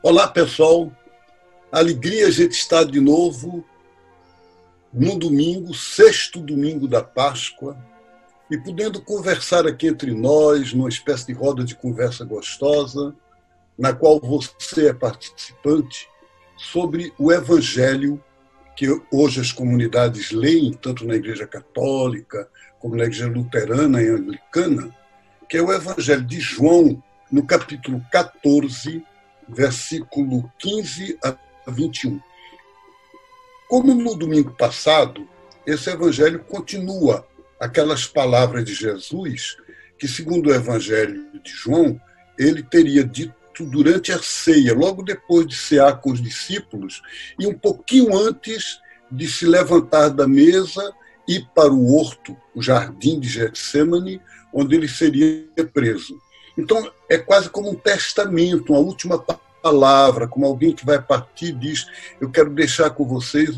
Olá, pessoal. Alegria a gente estar de novo no domingo, sexto domingo da Páscoa, e podendo conversar aqui entre nós, numa espécie de roda de conversa gostosa, na qual você é participante, sobre o Evangelho que hoje as comunidades leem, tanto na Igreja Católica como na Igreja Luterana e Anglicana, que é o Evangelho de João, no capítulo 14, versículo 15 a 21. Como no domingo passado, esse evangelho continua aquelas palavras de Jesus que, segundo o Evangelho de João, ele teria dito durante a ceia, logo depois de cear com os discípulos e um pouquinho antes de se levantar da mesa e ir para o horto, o jardim de Getsêmani, onde ele seria preso. Então, é quase como um testamento, uma última palavra, como alguém que vai partir e diz: eu quero deixar com vocês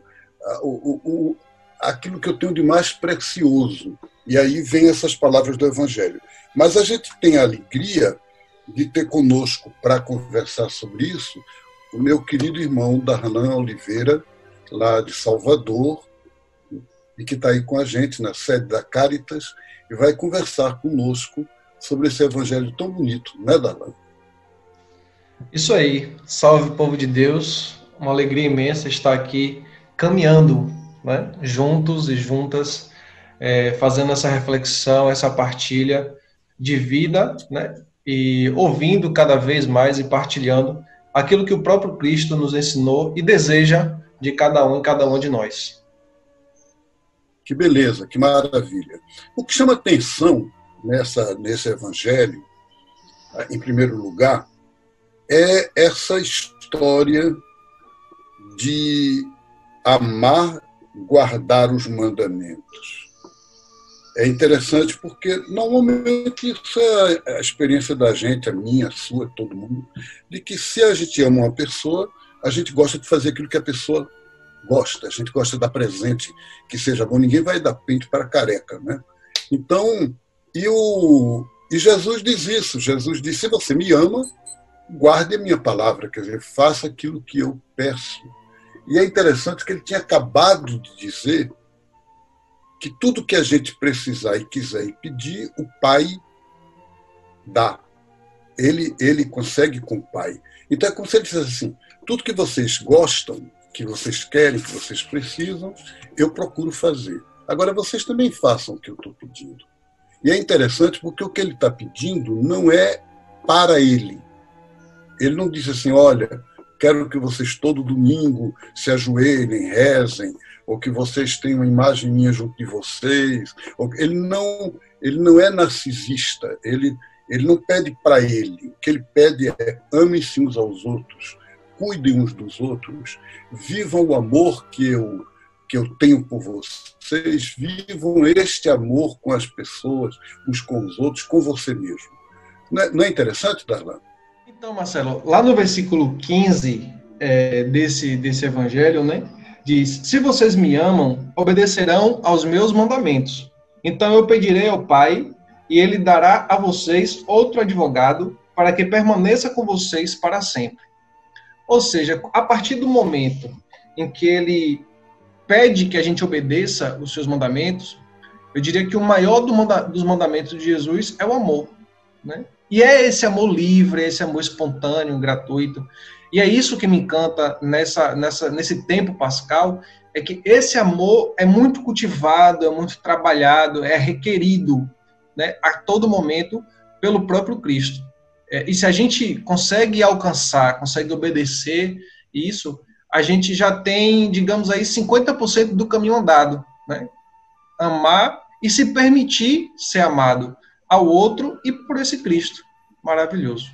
aquilo que eu tenho de mais precioso. E aí vem essas palavras do Evangelho. Mas a gente tem a alegria de ter conosco, para conversar sobre isso, o meu querido irmão Darlan Oliveira, lá de Salvador, e que está aí com a gente na sede da Caritas, e vai conversar conosco sobre esse Evangelho tão bonito, né, Darlan? Isso aí, salve povo de Deus, uma alegria imensa estar aqui caminhando, né, juntos e juntas, fazendo essa reflexão, essa partilha de vida, né, e ouvindo cada vez mais e partilhando aquilo que o próprio Cristo nos ensinou e deseja de cada um e cada uma de nós. Que beleza, que maravilha. O que chama atenção nesse Evangelho, em primeiro lugar, é essa história de amar, guardar os mandamentos. É interessante porque, normalmente, isso é a experiência da gente, a minha, a sua, de todo mundo, de que se a gente ama uma pessoa, a gente gosta de fazer aquilo que a pessoa gosta, a gente gosta de dar presente que seja bom, ninguém vai dar pente para careca, né? Então, e Jesus diz isso, Jesus diz: se você me ama, guarde a minha palavra, quer dizer, faça aquilo que eu peço. E é interessante que ele tinha acabado de dizer que tudo que a gente precisar e quiser e pedir, o Pai dá. Ele consegue com o Pai. Então é como se ele dissesse assim: tudo que vocês gostam, que vocês querem, que vocês precisam, eu procuro fazer. Agora vocês também façam o que eu estou pedindo. E é interessante porque o que ele está pedindo não é para ele. Ele não diz assim: olha, quero que vocês todo domingo se ajoelhem, rezem, ou que vocês tenham uma imagem minha junto de vocês. Ele não é narcisista, ele não pede para ele. O que ele pede é: amem-se uns aos outros, cuidem uns dos outros, vivam o amor que eu tenho por vocês, vivam este amor com as pessoas, uns com os outros, com você mesmo. Não é interessante, Darlan? Então, Marcelo, lá no versículo 15 desse evangelho, né, diz: se vocês me amam, obedecerão aos meus mandamentos. Então eu pedirei ao Pai, e ele dará a vocês outro advogado, para que permaneça com vocês para sempre. Ou seja, a partir do momento em que ele pede que a gente obedeça os seus mandamentos, eu diria que o maior dos mandamentos de Jesus é o amor, né? E é esse amor livre, esse amor espontâneo, gratuito. E é isso que me encanta nesse tempo pascal, é que esse amor é muito cultivado, é muito trabalhado, é requerido, né, a todo momento pelo próprio Cristo. E se a gente consegue alcançar, consegue obedecer isso, a gente já tem, digamos aí, 50% do caminho andado, né? Amar e se permitir ser amado ao outro e por esse Cristo. Maravilhoso.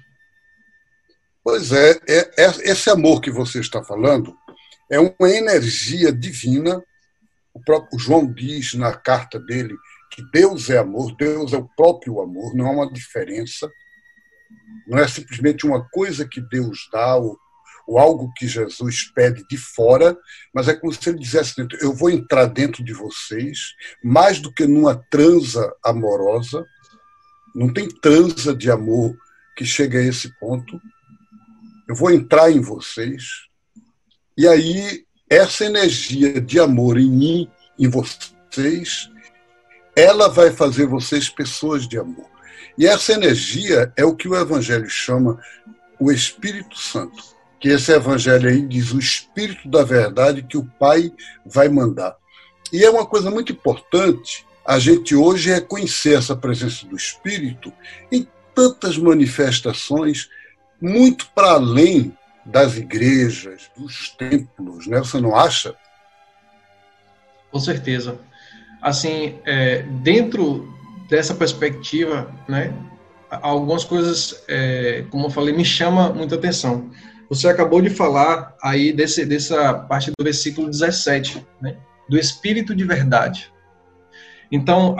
Pois é, esse amor que você está falando é uma energia divina. O próprio João diz na carta dele que Deus é amor, Deus é o próprio amor, não há uma diferença. Não é simplesmente uma coisa que Deus dá ou algo que Jesus pede de fora, mas é como se ele dissesse: eu vou entrar dentro de vocês, mais do que numa transa amorosa. Não tem transa de amor que chegue a esse ponto. eu vou entrar em vocês, e aí essa energia de amor em mim, em vocês, ela vai fazer vocês pessoas de amor. E essa energia é o que o Evangelho chama o Espírito Santo, que esse Evangelho aí diz o Espírito da verdade que o Pai vai mandar. E é uma coisa muito importante a gente hoje reconhecer essa presença do Espírito em tantas manifestações, muito para além das igrejas, dos templos, né? Você não acha? Com certeza. Assim, dentro dessa perspectiva, né, algumas coisas, como eu falei, me chama muita atenção. Você acabou de falar aí dessa parte do versículo 17, né, do Espírito de verdade. Então,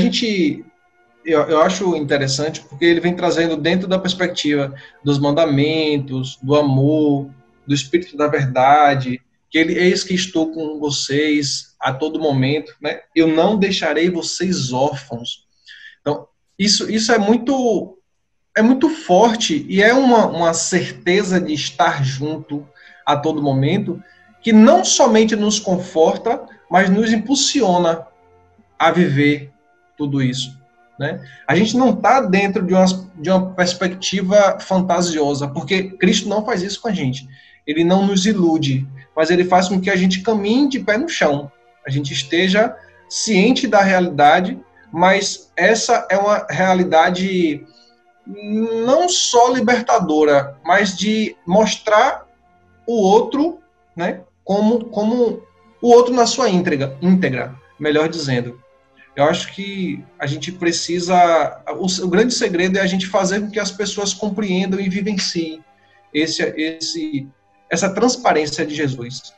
eu acho interessante porque ele vem trazendo dentro da perspectiva dos mandamentos, do amor, do Espírito da verdade, que eis que estou com vocês a todo momento, né? Eu não deixarei vocês órfãos. Então, isso é muito forte e é uma certeza de estar junto a todo momento, que não somente nos conforta, mas nos impulsiona a viver tudo isso, né? A gente não está dentro de uma perspectiva fantasiosa, porque Cristo não faz isso com a gente. Ele não nos ilude, mas ele faz com que a gente caminhe de pé no chão, a gente esteja ciente da realidade, mas essa é uma realidade não só libertadora, mas de mostrar o outro, né, como o outro na sua íntegra, melhor dizendo. Eu acho que a gente precisa... O grande segredo é a gente fazer com que as pessoas compreendam e vivenciem essa transparência de Jesus.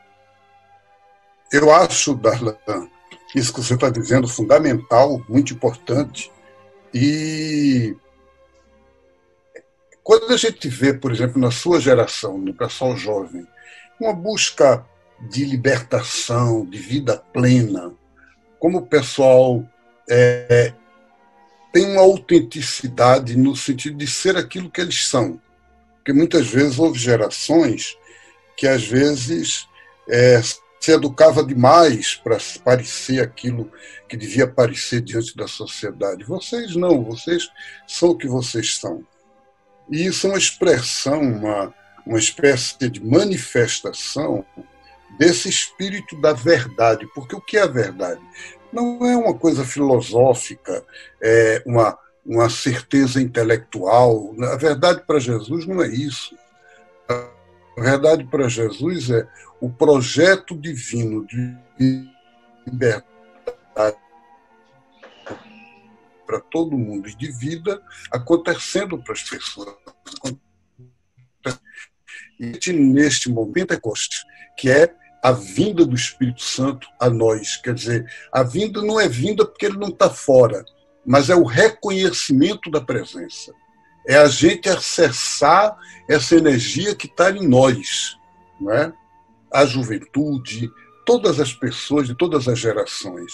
Eu acho, Darlan, isso que você está dizendo fundamental, muito importante. E quando a gente vê, por exemplo, na sua geração, no pessoal jovem, uma busca de libertação, de vida plena, como o pessoal tem uma autenticidade no sentido de ser aquilo que eles são. Porque muitas vezes houve gerações que, às vezes, se educava demais para parecer aquilo que devia parecer diante da sociedade. Vocês não, vocês são o que vocês são. E isso é uma expressão, uma espécie de manifestação desse espírito da verdade. Porque o que é a verdade? Não é uma coisa filosófica, uma certeza intelectual. A verdade para Jesus não é isso. A verdade para Jesus é o projeto divino de liberdade para todo mundo e de vida acontecendo para as pessoas. E neste momento que é a vinda do Espírito Santo a nós. Quer dizer, a vinda não é vinda porque ele não está fora, mas é o reconhecimento da presença. É a gente acessar essa energia que está em nós, não é? A juventude, todas as pessoas de todas as gerações.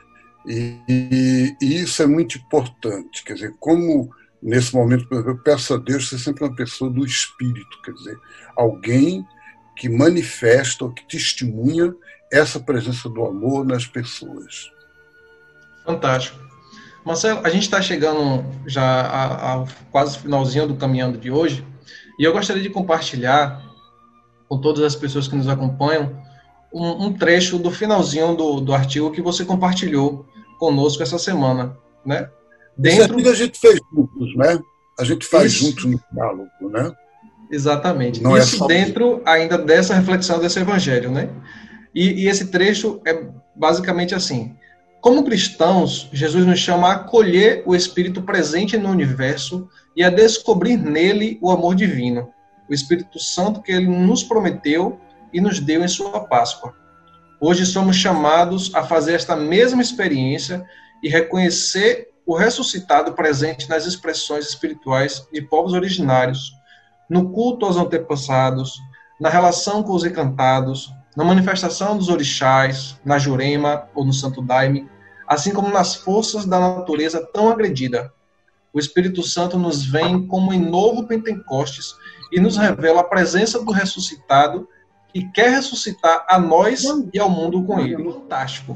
E isso é muito importante. Quer dizer, como nesse momento eu peço a Deus ser sempre uma pessoa do Espírito, quer dizer, alguém que manifesta ou que testemunha essa presença do amor nas pessoas. Fantástico. Marcelo, a gente está chegando já ao quase finalzinho do caminhando de hoje, e eu gostaria de compartilhar com todas as pessoas que nos acompanham um trecho do finalzinho do artigo que você compartilhou conosco essa semana, né? Dentro... Isso a gente fez juntos, né? A gente faz juntos no diálogo, né? Exatamente. Não isso dentro ainda dessa reflexão desse evangelho, né? E esse trecho é basicamente assim: como cristãos, Jesus nos chama a acolher o Espírito presente no universo e a descobrir nele o amor divino, o Espírito Santo que ele nos prometeu e nos deu em sua Páscoa. Hoje somos chamados a fazer esta mesma experiência e reconhecer o ressuscitado presente nas expressões espirituais de povos originários, no culto aos antepassados, na relação com os encantados, na manifestação dos orixás, na Jurema ou no Santo Daime, assim como nas forças da natureza tão agredida. O Espírito Santo nos vem como em novo Pentecostes e nos revela a presença do ressuscitado que quer ressuscitar a nós e ao mundo com ele. Fantástico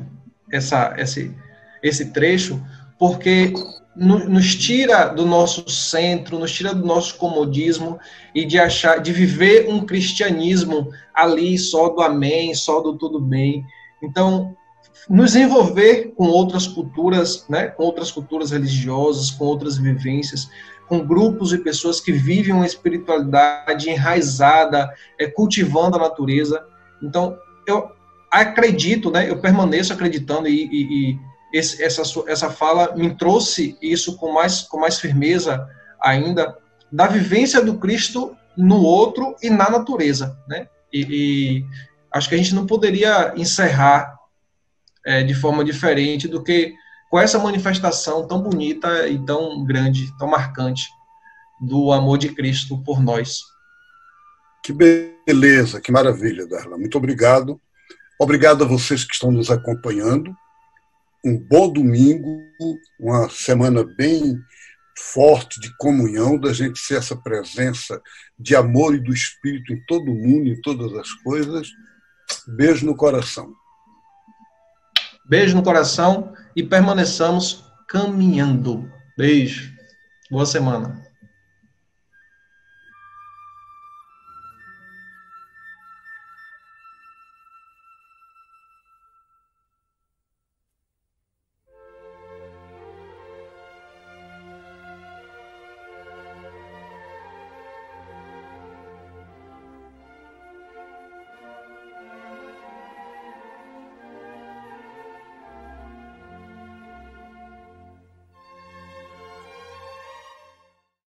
esse trecho, porque nos tira do nosso centro, nos tira do nosso comodismo e de viver um cristianismo ali só do amém, só do tudo bem. Então, nos envolver com outras culturas, né, com outras culturas religiosas, com outras vivências, com grupos de pessoas que vivem uma espiritualidade enraizada, cultivando a natureza. Então, eu acredito, né, eu permaneço acreditando e essa fala me trouxe isso com mais firmeza ainda, da vivência do Cristo no outro e na natureza, né? E acho que a gente não poderia encerrar de forma diferente do que com essa manifestação tão bonita e tão grande, tão marcante do amor de Cristo por nós. Que beleza, que maravilha, Darla. Muito obrigado. Obrigado a vocês que estão nos acompanhando. Um bom domingo, uma semana bem forte de comunhão, da gente ser essa presença de amor e do Espírito em todo mundo, em todas as coisas. Beijo no coração. Beijo no coração e permaneçamos caminhando. Beijo. Boa semana.